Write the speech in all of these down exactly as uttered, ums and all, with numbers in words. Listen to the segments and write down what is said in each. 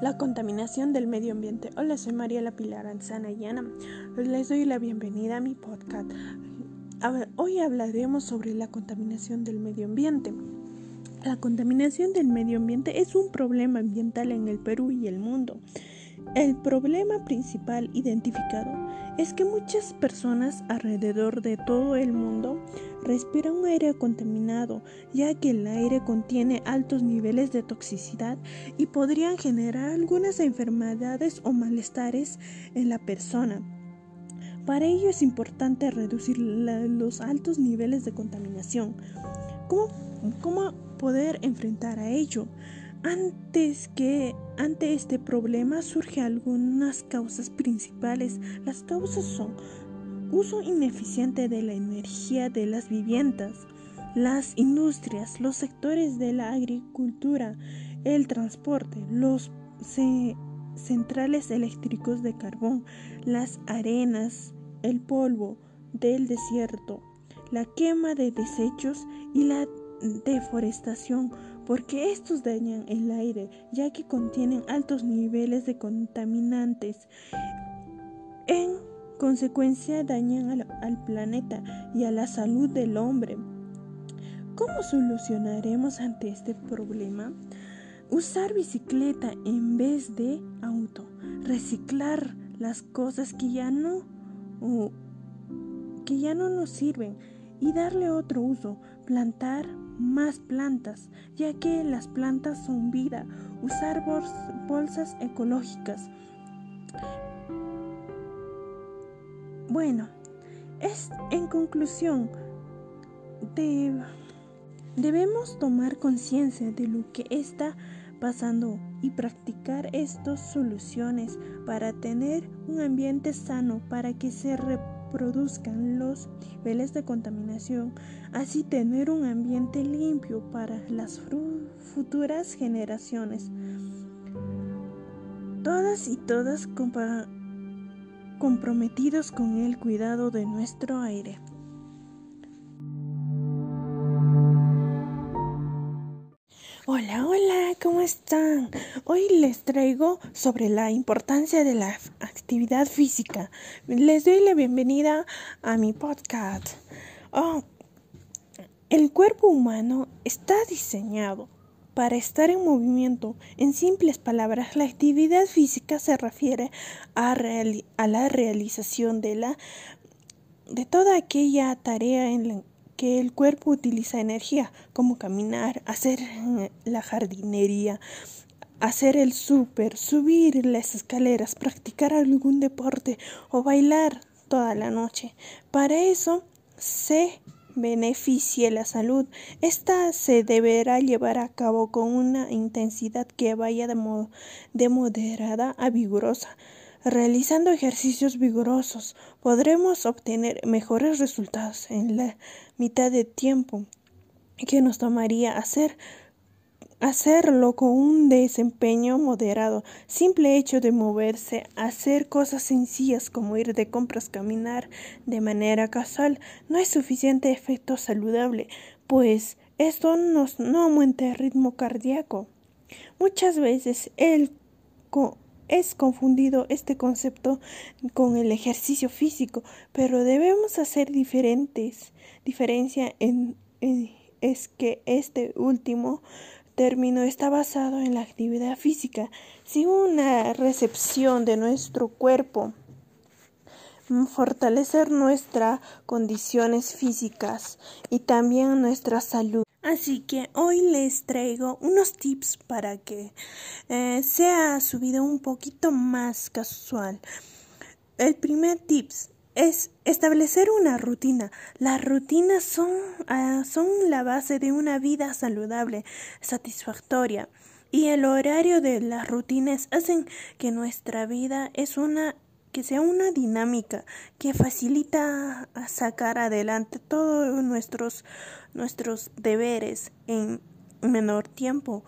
La contaminación del medio ambiente. Hola, soy María La Pilar Alzana Llana. Les doy la bienvenida a mi podcast. Hoy hablaremos sobre la contaminación del medio ambiente. La contaminación del medio ambiente es un problema ambiental en el Perú y el mundo. El problema principal identificado es que muchas personas alrededor de todo el mundo respiran un aire contaminado, ya que el aire contiene altos niveles de toxicidad y podrían generar algunas enfermedades o malestares en la persona. Para ello es importante reducir la, los altos niveles de contaminación. ¿Cómo, cómo poder enfrentar a ello? Antes que ante este problema surgen algunas causas principales. Las causas son uso ineficiente de la energía de las viviendas, las industrias, los sectores de la agricultura, el transporte, los ce- centrales eléctricos de carbón, las arenas, el polvo del desierto, la quema de desechos y la deforestación, porque estos dañan el aire, ya que contienen altos niveles de contaminantes. En consecuencia, dañan al, al planeta y a la salud del hombre. ¿Cómo solucionaremos ante este problema? Usar bicicleta en vez de auto, reciclar las cosas que ya no, uh, que ya no nos sirven y darle otro uso, plantar más plantas, ya que las plantas son vida, usar bols- bolsas ecológicas. Bueno, es en conclusión, de, debemos tomar conciencia de lo que está pasando y practicar estas soluciones para tener un ambiente sano, para que se reproduzcan los niveles de contaminación, así tener un ambiente limpio para las futuras generaciones. Todas y todas compa- comprometidos con el cuidado de nuestro aire. Hola, hola, ¿cómo están? Hoy les traigo sobre la importancia de la actividad física. Les doy la bienvenida a mi podcast. Oh, el cuerpo humano está diseñado para estar en movimiento. En simples palabras, la actividad física se refiere a, reali- a la realización de, la, de toda aquella tarea en la que el cuerpo utiliza energía, como caminar, hacer la jardinería, hacer el súper, subir las escaleras, practicar algún deporte o bailar toda la noche. Para eso se beneficie la salud. Esta se deberá llevar a cabo con una intensidad que vaya de, mo- de moderada a vigorosa. Realizando ejercicios vigorosos podremos obtener mejores resultados en la mitad de tiempo que nos tomaría hacer hacerlo con un desempeño moderado. Simple hecho de moverse, hacer cosas sencillas como ir de compras, caminar de manera casual, no es suficiente efecto saludable, pues esto nos, no aumenta el ritmo cardíaco. Muchas veces el co- es confundido este concepto con el ejercicio físico, pero debemos hacer diferentes diferencia en, en es que este último término está basado en la actividad física, sin una recepción de nuestro cuerpo, fortalecer nuestras condiciones físicas y también nuestra salud. Así que hoy les traigo unos tips para que eh, sea su vida un poquito más casual. El primer tips es establecer una rutina. Las rutinas son, uh, son la base de una vida saludable, satisfactoria, y el horario de las rutinas hacen que nuestra vida es una que sea una dinámica que facilita a sacar adelante todos nuestros nuestros deberes en menor tiempo,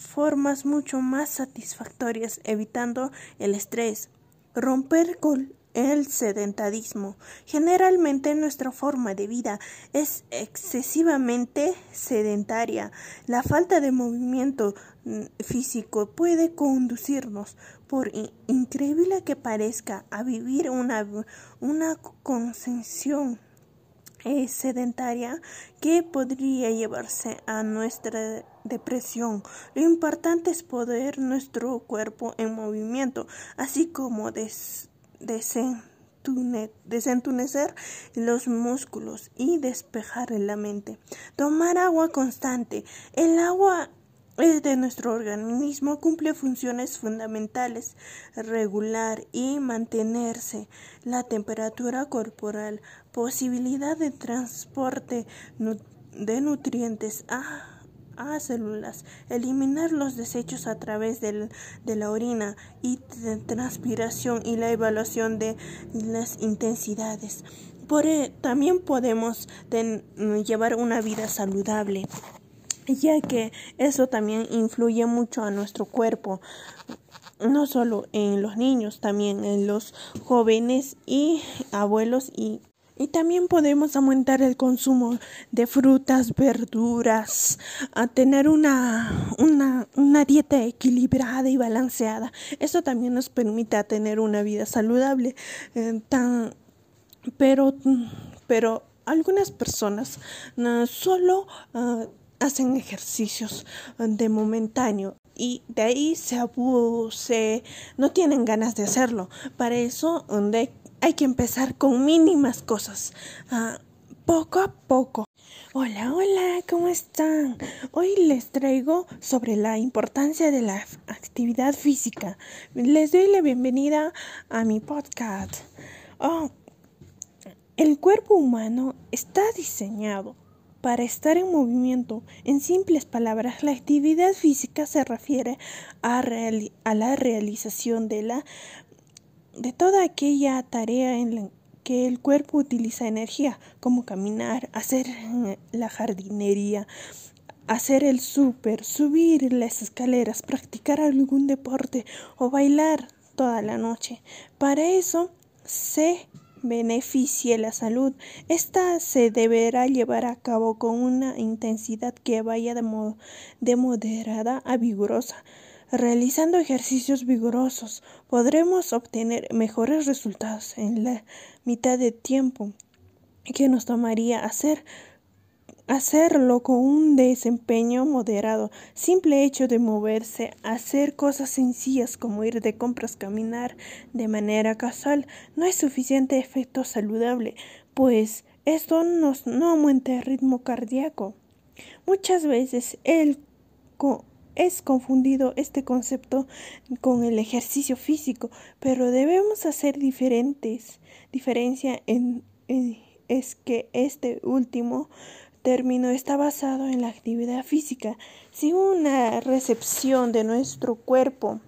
formas mucho más satisfactorias, evitando el estrés. Romper con el sedentarismo. Generalmente nuestra forma de vida es excesivamente sedentaria. La falta de movimiento físico puede conducirnos, por increíble que parezca, a vivir una, una concepción eh, sedentaria que podría llevarse a nuestra depresión. Lo importante es poner nuestro cuerpo en movimiento, así como des, desentune, desentunecer los músculos y despejar la mente. Tomar agua constante. El agua es de nuestro organismo, cumple funciones fundamentales, regular y mantenerse la temperatura corporal, posibilidad de transporte nu- de nutrientes a, a células, eliminar los desechos a través del, de la orina y de transpiración y la evaluación de las intensidades. Por, eh, también podemos ten, llevar una vida saludable, ya que eso también influye mucho a nuestro cuerpo, no solo en los niños, también en los jóvenes y abuelos y Y también podemos aumentar el consumo de frutas, verduras, a tener una, una, una dieta equilibrada y balanceada. Eso también nos permite tener una vida saludable, eh, tan, pero, pero algunas personas no, solo uh, hacen ejercicios de momentáneo y de ahí se abuse, no tienen ganas de hacerlo. Para eso de, hay que empezar con mínimas cosas, uh, poco a poco. Hola, hola, ¿cómo están? Hoy les traigo sobre la importancia de la actividad física. Les doy la bienvenida a mi podcast. Oh, el cuerpo humano está diseñado para estar en movimiento. En simples palabras, la actividad física se refiere a, reali- a la realización de, la, de toda aquella tarea en la que el cuerpo utiliza energía, como caminar, hacer la jardinería, hacer el súper, subir las escaleras, practicar algún deporte o bailar toda la noche. Para eso se beneficie la salud. Esta se deberá llevar a cabo con una intensidad que vaya de, mo- de moderada a vigorosa. Realizando ejercicios vigorosos podremos obtener mejores resultados en la mitad de tiempo que nos tomaría hacer Hacerlo con un desempeño moderado. Simple hecho de moverse, hacer cosas sencillas como ir de compras, caminar de manera casual, no es suficiente efecto saludable, pues esto nos, no aumenta el ritmo cardíaco. Muchas veces el co- es confundido este concepto con el ejercicio físico, pero debemos hacer diferentes. Diferencia en, en es que este último término está basado en la actividad física, si una recepción de nuestro cuerpo,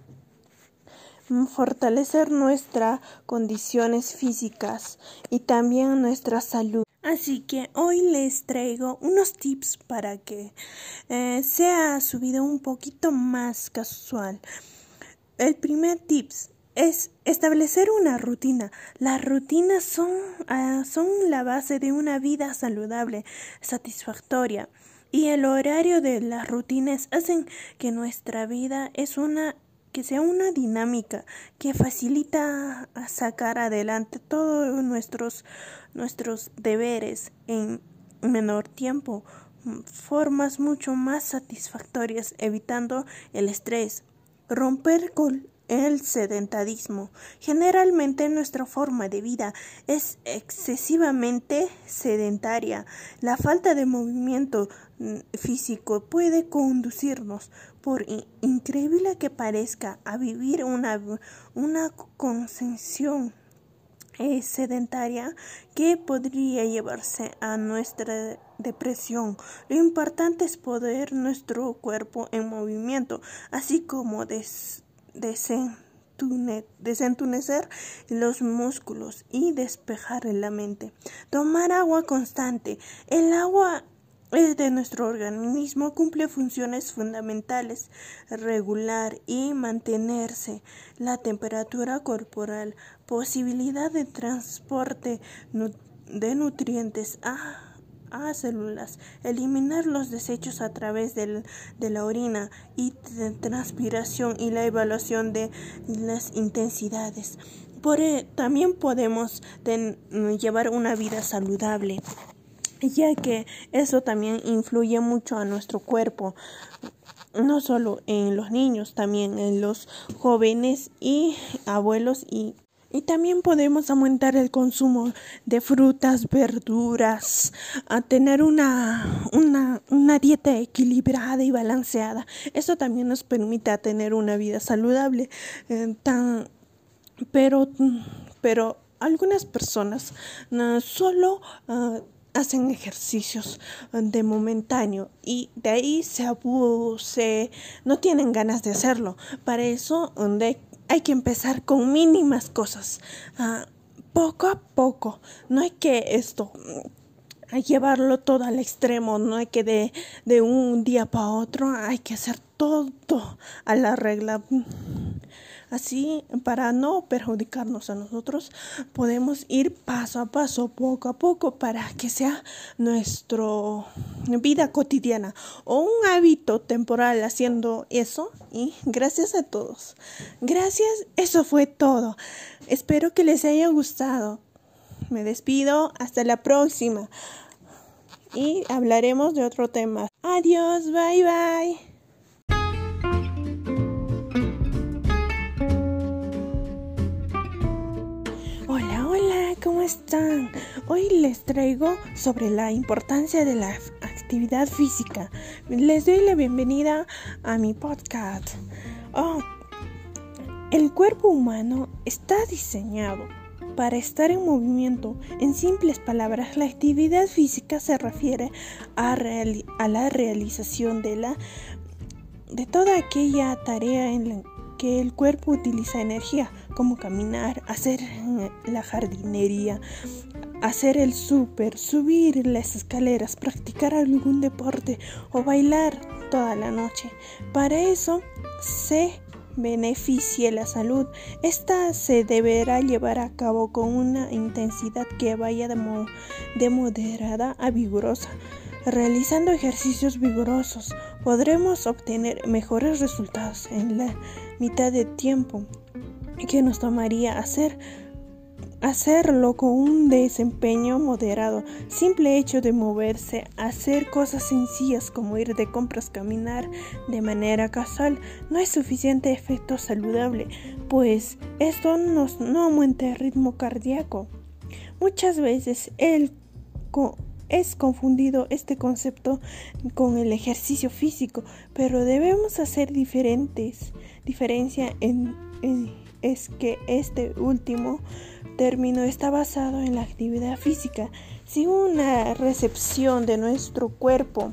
fortalecer nuestras condiciones físicas y también nuestra salud. Así que hoy les traigo unos tips para que eh, sea su vida un poquito más casual. El primer tips es establecer una rutina. Las rutinas son, uh, son la base de una vida saludable, satisfactoria, y el horario de las rutinas hacen que nuestra vida es una que sea una dinámica que facilita a sacar adelante todos nuestros nuestros deberes en menor tiempo, formas mucho más satisfactorias, evitando el estrés. Romper con el sedentarismo. Generalmente nuestra forma de vida es excesivamente sedentaria. La falta de movimiento físico puede conducirnos, por increíble que parezca, a vivir una, una concepción eh, sedentaria que podría llevarse a nuestra depresión. Lo importante es poner nuestro cuerpo en movimiento, así como des, desentune, desentunecer los músculos y despejar la mente. Tomar agua constante. El agua es de nuestro organismo, cumple funciones fundamentales, regular y mantenerse la temperatura corporal, posibilidad de transporte nu- de nutrientes a a células, eliminar los desechos a través del, de la orina y de transpiración y la evaluación de las intensidades. Por, eh, también podemos ten, llevar una vida saludable, ya que eso también influye mucho a nuestro cuerpo, no solo en los niños, también en los jóvenes y abuelos y Y también podemos aumentar el consumo de frutas, verduras, a tener una, una, una dieta equilibrada y balanceada. Eso también nos permite tener una vida saludable. Eh, tan, pero, pero algunas personas no, solo uh, hacen ejercicios de momentáneo y de ahí se abuse, no tienen ganas de hacerlo. Para eso, de hay que empezar con mínimas cosas, uh, poco a poco. No hay que esto, hay que llevarlo todo al extremo, no hay que de, de un día para otro, hay que hacer todo a la regla. Así, para no perjudicarnos a nosotros, podemos ir paso a paso, poco a poco, para que sea nuestra vida cotidiana o un hábito temporal haciendo eso. Y gracias a todos. Gracias, eso fue todo. Espero que les haya gustado. Me despido, hasta la próxima. Y hablaremos de otro tema. Adiós, bye bye. Hola, hola, ¿cómo están? Hoy les traigo sobre la importancia de la actividad física. Les doy la bienvenida a mi podcast. Oh, el cuerpo humano está diseñado para estar en movimiento. En simples palabras, la actividad física se refiere a, reali- a la realización de, la, de toda aquella tarea en la que el cuerpo utiliza energía, como caminar, hacer la jardinería, hacer el súper, subir las escaleras, practicar algún deporte o bailar toda la noche. Para eso se beneficie la salud. Esta se deberá llevar a cabo con una intensidad que vaya de, mo- de moderada a vigorosa. Realizando ejercicios vigorosos podremos obtener mejores resultados en la mitad de tiempo que nos tomaría hacer hacerlo con un desempeño moderado. Simple hecho de moverse, hacer cosas sencillas como ir de compras, caminar de manera casual, no es suficiente efecto saludable, pues esto nos, no aumenta el ritmo cardíaco. Muchas veces el co- es confundido este concepto con el ejercicio físico, pero debemos hacer diferentes diferencia en, en es que este último término está basado en la actividad física, si una recepción de nuestro cuerpo,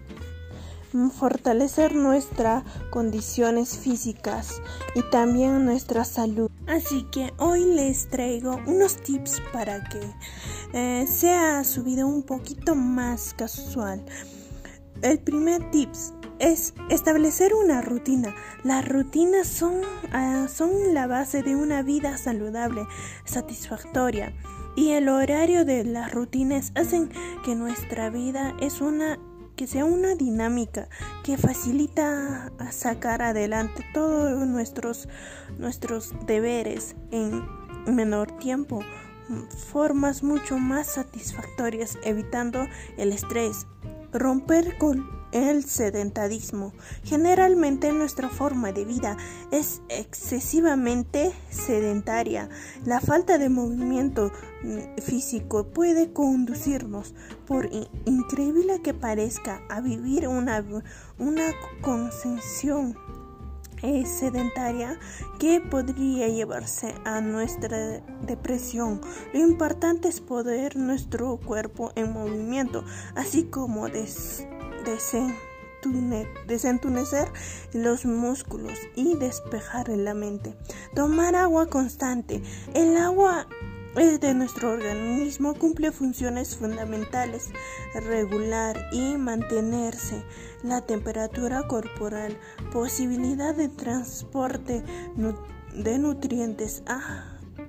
fortalecer nuestras condiciones físicas y también nuestra salud. Así que hoy les traigo unos tips para que eh, sea su vida un poquito más casual. El primer tips es establecer una rutina. Las rutinas son, uh, son la base de una vida saludable, satisfactoria, y el horario de las rutinas hacen que nuestra vida es una que sea una dinámica que facilita a sacar adelante todos nuestros nuestros deberes en menor tiempo, formas mucho más satisfactorias, evitando el estrés. Romper con el sedentarismo. Generalmente nuestra forma de vida es excesivamente sedentaria. La falta de movimiento físico puede conducirnos, por increíble que parezca, a vivir una, una concepción Es sedentaria que podría llevarse a nuestra depresión. Lo importante es poner nuestro cuerpo en movimiento, así como des, desentune, desentunecer los músculos y despejar la mente. Tomar agua constante. El agua de nuestro organismo cumple funciones fundamentales, regular y mantenerse la temperatura corporal, posibilidad de transporte de nutrientes a,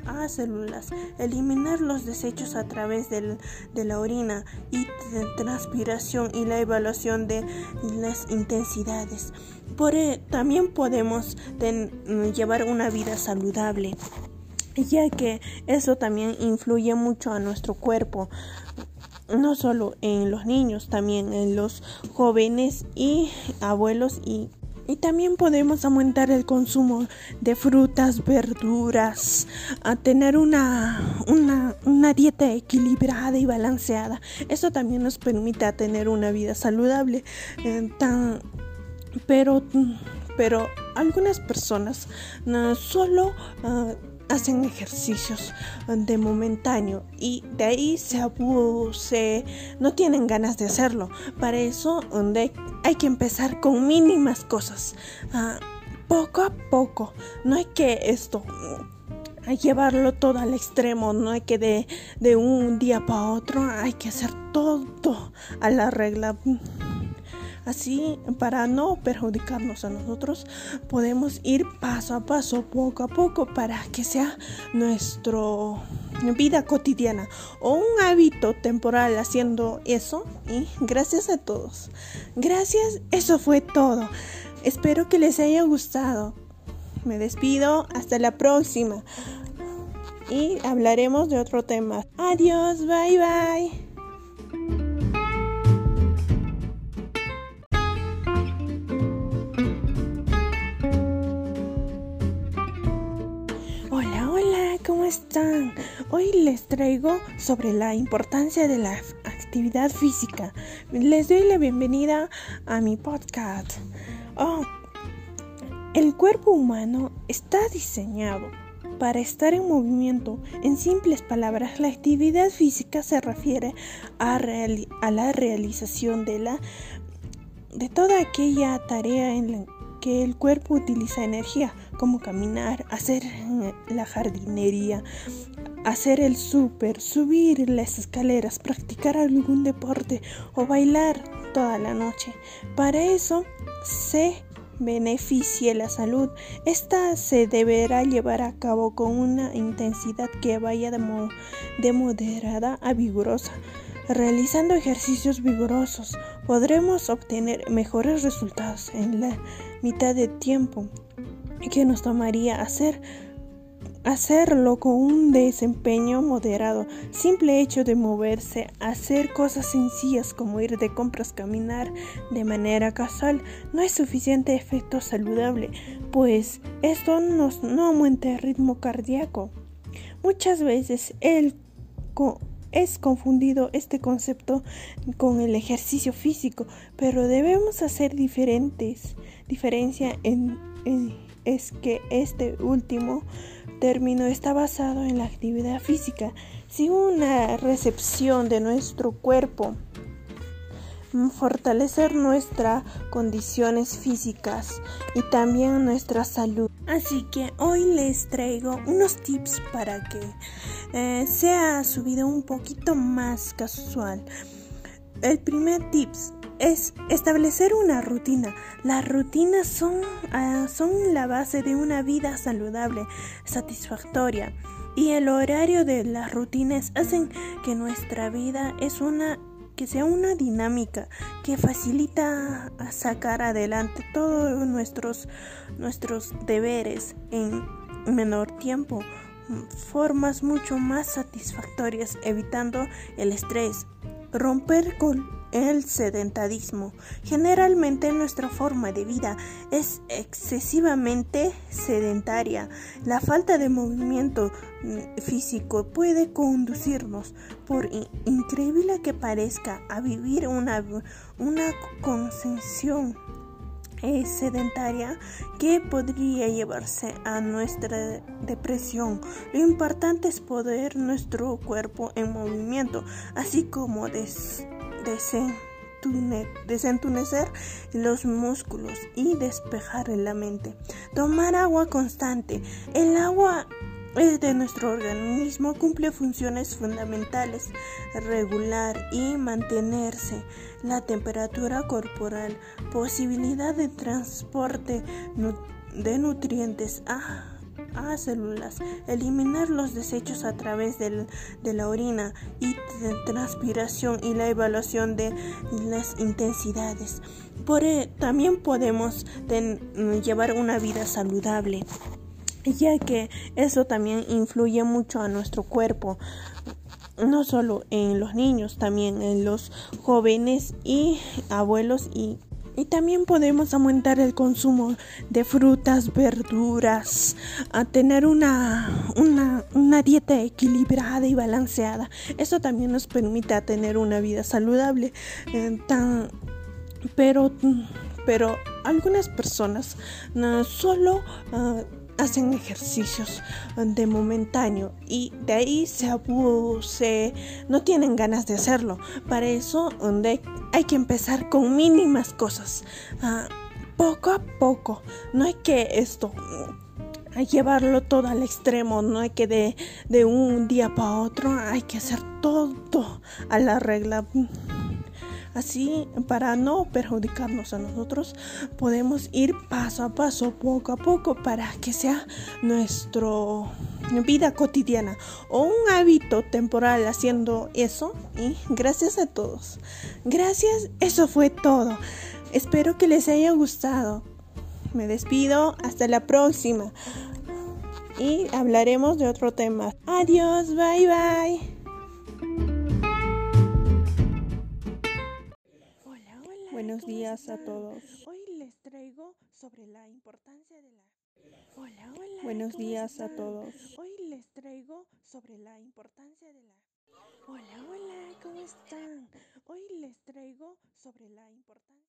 a células, eliminar los desechos a través del, de la orina y de transpiración y la evaluación de las intensidades. Por, también podemos ten, llevar una vida saludable, ya que eso también influye mucho a nuestro cuerpo, no solo en los niños, también en los jóvenes y abuelos y Y también podemos aumentar el consumo de frutas, verduras, a tener una, una, una dieta equilibrada y balanceada. Eso también nos permite tener una vida saludable. Eh, tan, pero, pero algunas personas no, solo uh, hacen ejercicios de momentáneo y de ahí se abuse, no tienen ganas de hacerlo. Para eso de, hay que empezar con mínimas cosas, uh, poco a poco. No hay que esto hay que llevarlo todo al extremo, no hay que de, de un día para otro, hay que hacer todo a la regla. Así, para no perjudicarnos a nosotros, podemos ir paso a paso, poco a poco, para que sea nuestra vida cotidiana o un hábito temporal haciendo eso. Y gracias a todos. Gracias, eso fue todo. Espero que les haya gustado. Me despido, hasta la próxima. Y hablaremos de otro tema. Adiós, bye bye. ¿Cómo están? Hoy les traigo sobre la importancia de la actividad física. Les doy la bienvenida a mi podcast. Oh, el cuerpo humano está diseñado para estar en movimiento. En simples palabras, la actividad física se refiere a, reali- a la realización de, la, de toda aquella tarea en la que el cuerpo utiliza energía, como caminar, hacer la jardinería, hacer el súper, subir las escaleras, practicar algún deporte o bailar toda la noche. Para eso se beneficie la salud. Esta se deberá llevar a cabo con una intensidad que vaya de, mo- de moderada a vigorosa. Realizando ejercicios vigorosos podremos obtener mejores resultados en la mitad de tiempo que nos tomaría hacer, hacerlo con un desempeño moderado. Simple hecho de moverse, hacer cosas sencillas como ir de compras, caminar de manera casual, no es suficiente efecto saludable, pues esto nos, no aumenta el ritmo cardíaco. Muchas veces el co- Es confundido este concepto con el ejercicio físico, pero debemos hacer diferentes. Diferencia en, en, es que este último término está basado en la actividad física, sin una recepción de nuestro cuerpo, fortalecer nuestras condiciones físicas y también nuestra salud. Así que hoy les traigo unos tips para que eh, sea su vida un poquito más casual. El primer tip es establecer una rutina. Las rutinas son, uh, son la base de una vida saludable, satisfactoria, y el horario de las rutinas hacen que nuestra vida es una que sea una dinámica que facilita a sacar adelante todos nuestros, nuestros deberes en menor tiempo, formas mucho más satisfactorias, evitando el estrés. Romper con el sedentarismo. Generalmente nuestra forma de vida es excesivamente sedentaria. La falta de movimiento físico puede conducirnos, por increíble que parezca, a vivir una, una condición eh, sedentaria que podría llevarse a nuestra depresión. Lo importante es poner nuestro cuerpo en movimiento, así como des, desentune, desentunecer los músculos y despejar la mente. Tomar agua constante. El agua de nuestro organismo cumple funciones fundamentales, regular y mantenerse la temperatura corporal, posibilidad de transporte de nutrientes a, a células, eliminar los desechos a través del, de la orina y de transpiración y la evaluación de las intensidades. Por, eh, también podemos ten, llevar una vida saludable, ya que eso también influye mucho a nuestro cuerpo, no solo en los niños, también en los jóvenes y abuelos y Y también podemos aumentar el consumo de frutas, verduras, a tener una, una, una dieta equilibrada y balanceada. Eso también nos permite tener una vida saludable. Eh, tan, pero, pero algunas personas no, solo uh, hacen ejercicios de momentáneo y de ahí se abuse, no tienen ganas de hacerlo. Para eso de, hay que empezar con mínimas cosas, uh, poco a poco. No hay que esto hay que llevarlo todo al extremo, no hay que de, de un día para otro, hay que hacer todo a la regla. Así, para no perjudicarnos a nosotros, podemos ir paso a paso, poco a poco, para que sea nuestra vida cotidiana o un hábito temporal haciendo eso. Y gracias a todos. Gracias, eso fue todo. Espero que les haya gustado. Me despido, hasta la próxima. Y hablaremos de otro tema. Adiós, bye bye. Buenos días a todos. Hoy les traigo sobre la importancia de la... Hola, hola. Buenos días están? a todos. Hoy les traigo sobre la importancia de la... Hola, hola, ¿cómo están? Hoy les traigo sobre la importancia...